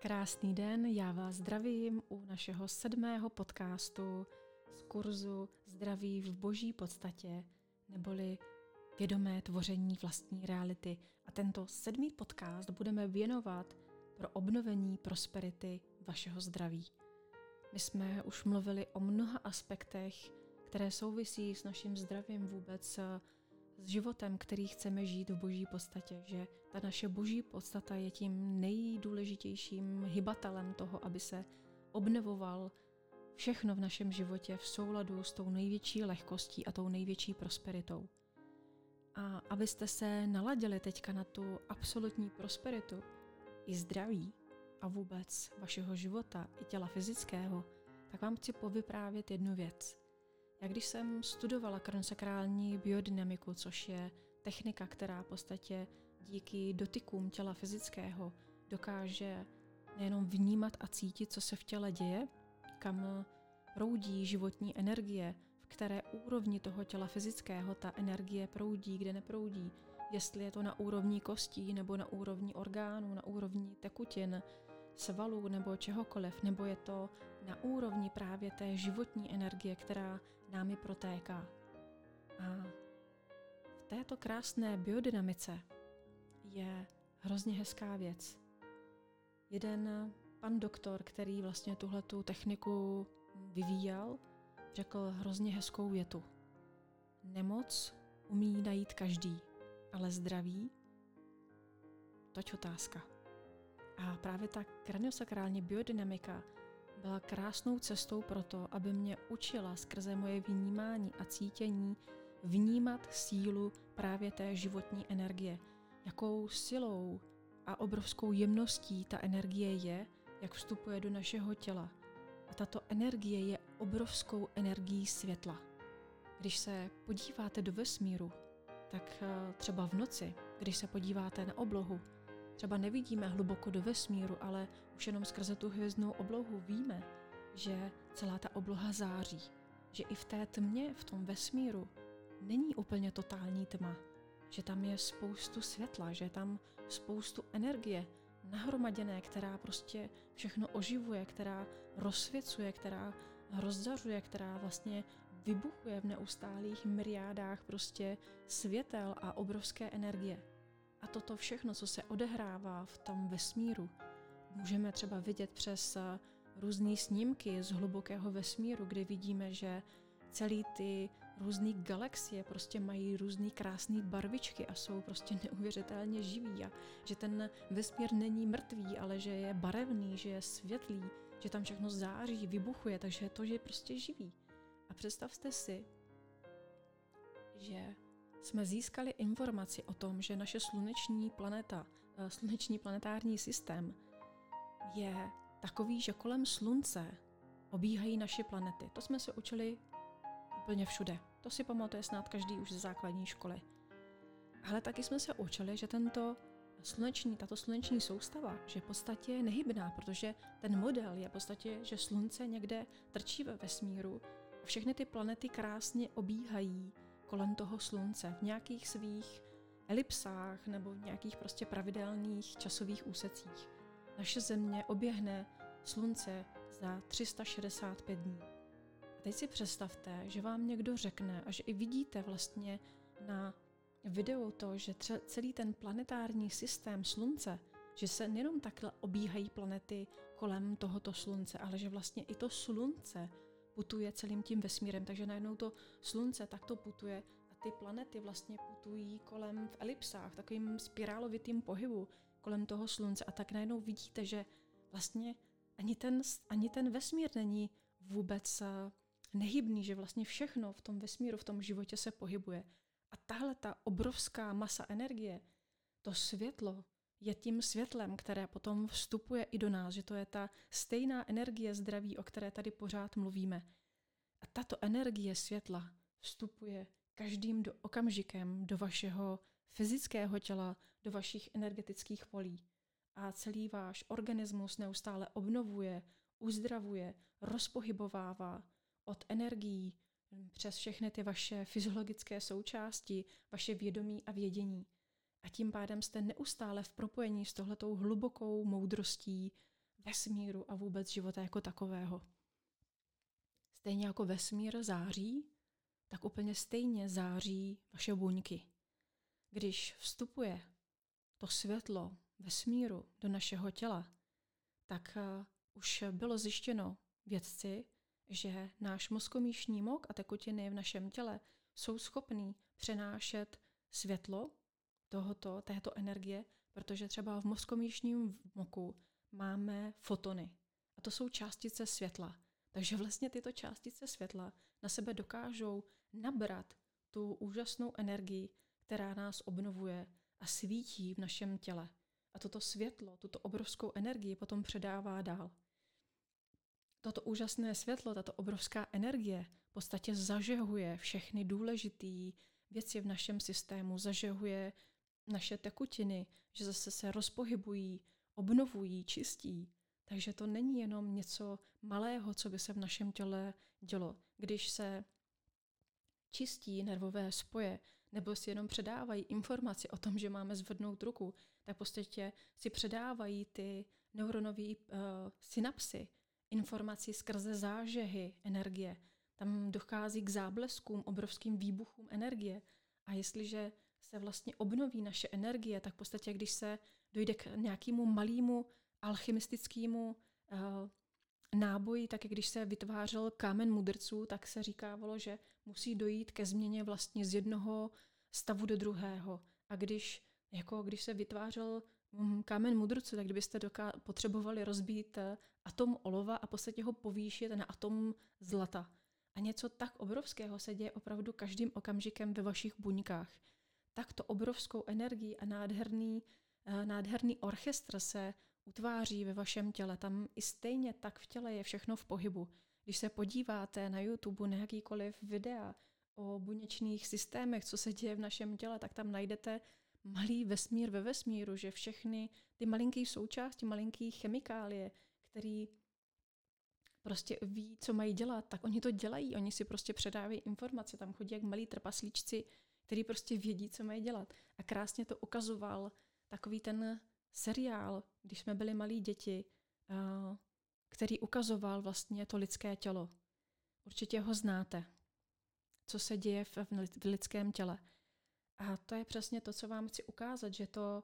Krásný den, já vás zdravím u našeho 7. podcastu z kurzu Zdraví v boží podstatě, neboli vědomé tvoření vlastní reality. A tento 7. podcast budeme věnovat pro obnovení prosperity vašeho zdraví. My jsme už mluvili o mnoha aspektech, které souvisí s naším zdravím vůbec, s životem, který chceme žít v boží podstatě, že ta naše boží podstata je tím nejdůležitějším hybatelem toho, aby se obnovoval všechno v našem životě v souladu s tou největší lehkostí a tou největší prosperitou. A abyste se naladili teďka na tu absolutní prosperitu i zdraví a vůbec vašeho života i těla fyzického, tak vám chci povyprávět jednu věc. Já když jsem studovala kronsakrální biodynamiku, což je technika, která v podstatě díky dotykům těla fyzického dokáže nejenom vnímat a cítit, co se v těle děje, kam proudí životní energie, v které úrovni toho těla fyzického ta energie proudí, kde neproudí, jestli je to na úrovni kostí nebo na úrovni orgánů, na úrovni tekutin, svalů nebo čehokoliv, nebo je to na úrovni právě té životní energie, která námi protéká. A v této krásné biodynamice je hrozně hezká věc. Jeden pan doktor, který vlastně tuhletu techniku vyvíjel, řekl hrozně hezkou větu. Nemoc umí najít každý, ale zdraví, toť otázka. A právě ta kraniosakrální biodynamika byla krásnou cestou pro to, aby mě učila skrze moje vnímání a cítění vnímat sílu právě té životní energie. Jakou silou a obrovskou jemností ta energie je, jak vstupuje do našeho těla. A tato energie je obrovskou energií světla. Když se podíváte do vesmíru, tak třeba v noci, když se podíváte na oblohu, třeba nevidíme hluboko do vesmíru, ale už jenom skrze tu hvězdnou oblohu víme, že celá ta obloha září. Že i v té tmě, v tom vesmíru, není úplně totální tma. Že tam je spoustu světla, že je tam spoustu energie nahromaděné, která prostě všechno oživuje, která rozsvěcuje, která rozzařuje, která vlastně vybuchuje v neustálých myriádách prostě světel a obrovské energie. A toto všechno, co se odehrává v tom vesmíru, můžeme třeba vidět přes různé snímky z hlubokého vesmíru, kde vidíme, že celý ty různé galaxie prostě mají různé krásné barvičky a jsou prostě neuvěřitelně živí a že ten vesmír není mrtvý, ale že je barevný, že je světlý, že tam všechno září, vybuchuje, takže to je prostě živý. A představte si, že jsme získali informaci o tom, že naše sluneční planetární systém je takový, že kolem Slunce obíhají naše planety. To jsme se učili úplně všude. To si pamatuje snad každý už ze základní školy. Ale taky jsme se učili, že tato sluneční soustava, že v podstatě je nehybná, protože ten model je v podstatě, že Slunce někde trčí ve vesmíru a všechny ty planety krásně obíhají kolem toho Slunce v nějakých svých elipsách nebo v nějakých prostě pravidelných časových úsecích. Naše Země oběhne Slunce za 365 dní. A teď si představte, že vám někdo řekne a že i vidíte vlastně na videu to, že celý ten planetární systém Slunce, že se nejenom takhle obíhají planety kolem tohoto Slunce, ale že vlastně i to Slunce putuje celým tím vesmírem, takže najednou to Slunce takto putuje a ty planety vlastně putují kolem v elipsách, takovým spirálovitým pohybu kolem toho Slunce a tak najednou vidíte, že vlastně ani ten vesmír není vůbec nehybný, že vlastně všechno v tom vesmíru, v tom životě se pohybuje. A tahle ta obrovská masa energie, to světlo, je tím světlem, které potom vstupuje i do nás, že to je ta stejná energie zdraví, o které tady pořád mluvíme. A tato energie světla vstupuje každým okamžikem do vašeho fyzického těla, do vašich energetických polí. A celý váš organismus neustále obnovuje, uzdravuje, rozpohybovává od energií přes všechny ty vaše fyziologické součásti, vaše vědomí a vědění. A tím pádem jste neustále v propojení s tohletou hlubokou moudrostí vesmíru a vůbec života jako takového. Stejně jako vesmír září, tak úplně stejně září vaše buňky. Když vstupuje to světlo vesmíru do našeho těla, tak už bylo zjištěno vědci, že náš mozkomíšní mok a tekutiny v našem těle jsou schopný přenášet světlo této energie, protože třeba v mozkomíšním moku máme fotony. A to jsou částice světla. Takže vlastně tyto částice světla na sebe dokážou nabrat tu úžasnou energii, která nás obnovuje a svítí v našem těle. A toto světlo, tuto obrovskou energii potom předává dál. Toto úžasné světlo, tato obrovská energie v podstatě zažehuje všechny důležité věci v našem systému, zažehuje naše tekutiny, že zase se rozpohybují, obnovují, čistí. Takže to není jenom něco malého, co by se v našem těle dělo. Když se čistí nervové spoje nebo si jenom předávají informaci o tom, že máme zvednout ruku, tak v podstatě si předávají ty neuronové synapsy informací skrze zážehy energie. Tam dochází k zábleskům, obrovským výbuchům energie. A jestliže se vlastně obnoví naše energie, tak v podstatě, když se dojde k nějakému malému alchymistickému náboji, tak když se vytvářel kámen mudrců, tak se říkávalo, že musí dojít ke změně vlastně z jednoho stavu do druhého. A když se vytvářel kámen mudrců, tak kdybyste potřebovali rozbít atom olova a v podstatě ho povýšit na atom zlata. A něco tak obrovského se děje opravdu každým okamžikem ve vašich buňkách. Takto obrovskou energii a nádherný orchestr se utváří ve vašem těle. Tam i stejně tak v těle je všechno v pohybu. Když se podíváte na YouTube na jakýkoliv videa o buněčných systémech, co se děje v našem těle, tak tam najdete malý vesmír ve vesmíru, že všechny ty malinké součásti, malinké chemikálie, který prostě ví, co mají dělat, tak oni to dělají. Oni si prostě předávají informace. Tam chodí jak malí trpaslíčci, který prostě vědí, co mají dělat. A krásně to ukazoval takový ten seriál, když jsme byli malí děti, který ukazoval vlastně to lidské tělo. Určitě ho znáte, co se děje v lidském těle. A to je přesně to, co vám chci ukázat, že to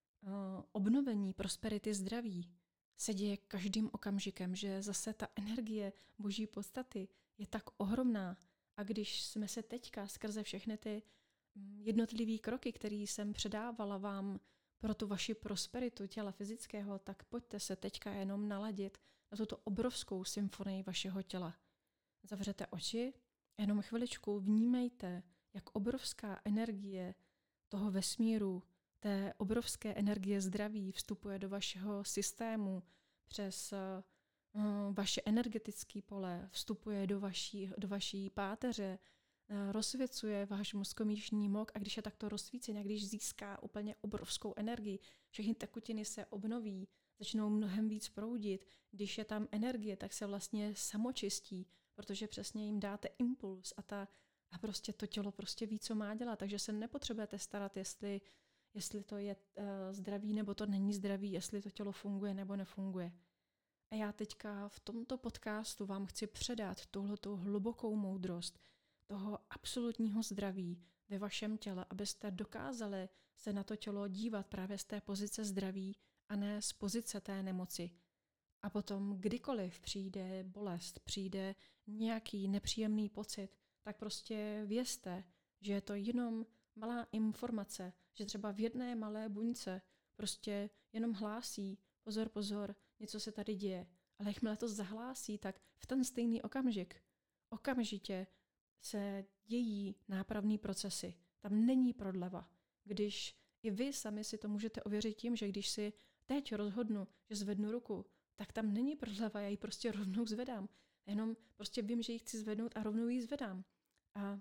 obnovení prosperity zdraví se děje každým okamžikem, že zase ta energie boží podstaty je tak ohromná. A když jsme se teďka skrze všechny ty jednotlivé kroky, které jsem předávala vám pro tu vaši prosperitu těla fyzického, tak pojďte se teďka jenom naladit na tuto obrovskou symfonii vašeho těla. Zavřete oči, jenom chviličku vnímejte, jak obrovská energie toho vesmíru, té obrovské energie zdraví vstupuje do vašeho systému přes vaše energetické pole, vstupuje do vaší páteře, rozsvěcuje váš mozkomíšní mok a když je takto rozsvícen a když získá úplně obrovskou energii, všechny tekutiny se obnoví, začnou mnohem víc proudit. Když je tam energie, tak se vlastně samočistí, protože přesně jim dáte impuls a prostě to tělo prostě ví, co má dělat. Takže se nepotřebujete starat, jestli to je zdravý nebo to není zdravý, jestli to tělo funguje nebo nefunguje. A já teďka v tomto podcastu vám chci předat tuhletu hlubokou moudrost toho absolutního zdraví ve vašem těle, abyste dokázali se na to tělo dívat právě z té pozice zdraví a ne z pozice té nemoci. A potom kdykoliv přijde bolest, přijde nějaký nepříjemný pocit, tak prostě vězte, že je to jenom malá informace, že třeba v jedné malé buňce prostě jenom hlásí, pozor, pozor, něco se tady děje. Ale jakmile to zahlásí, tak v ten stejný okamžitě se dějí nápravný procesy. Tam není prodleva. Když i vy sami si to můžete ověřit tím, že když si teď rozhodnu, že zvednu ruku, tak tam není prodleva, já ji prostě rovnou zvedám. Jenom prostě vím, že ji chci zvednout a rovnou ji zvedám. A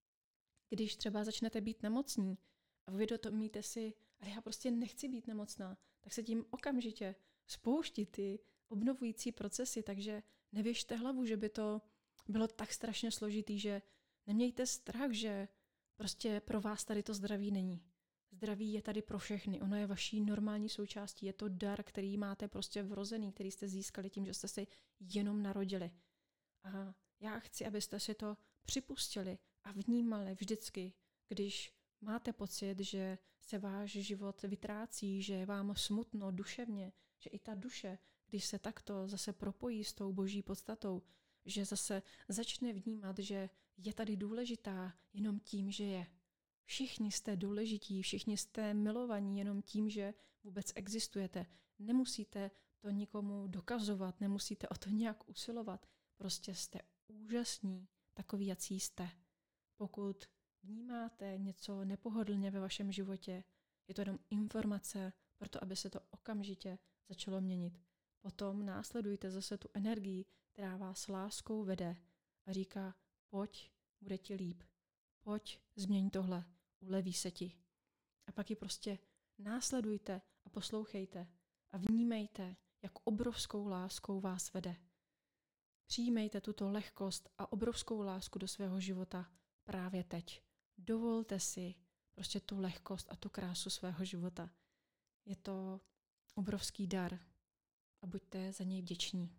když třeba začnete být nemocní a uvědomíte si, ale já prostě nechci být nemocná, tak se tím okamžitě spouští ty obnovující procesy, takže nevěžte hlavu, že by to bylo tak strašně složitý, že nemějte strach, že prostě pro vás tady to zdraví není. Zdraví je tady pro všechny. Ono je vaší normální součástí. Je to dar, který máte prostě vrozený, který jste získali tím, že jste si jenom narodili. A já chci, abyste si to připustili a vnímali vždycky, když máte pocit, že se váš život vytrácí, že je vám smutno duševně, že i ta duše, když se takto zase propojí s tou boží podstatou, že zase začne vnímat, že je tady důležitá jenom tím, že je. Všichni jste důležití, všichni jste milovaní jenom tím, že vůbec existujete. Nemusíte to nikomu dokazovat, nemusíte o to nějak usilovat. Prostě jste úžasní, takový, jací jste. Pokud vnímáte něco nepohodlně ve vašem životě, je to jenom informace pro to, aby se to okamžitě začalo měnit. Potom následujte zase tu energii, která vás láskou vede a říká, pojď, bude ti líp. Pojď, změň tohle, uleví se ti. A pak ji prostě následujte a poslouchejte a vnímejte, jak obrovskou láskou vás vede. Přijmejte tuto lehkost a obrovskou lásku do svého života právě teď. Dovolte si prostě tu lehkost a tu krásu svého života. Je to obrovský dar a buďte za něj vděční.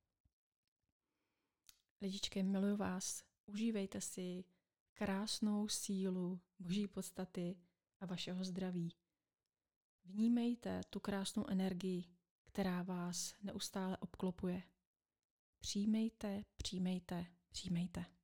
Lidičky, miluji vás. Užívejte si krásnou sílu boží podstaty a vašeho zdraví. Vnímejte tu krásnou energii, která vás neustále obklopuje. Přijmejte, přijmejte, přijmejte.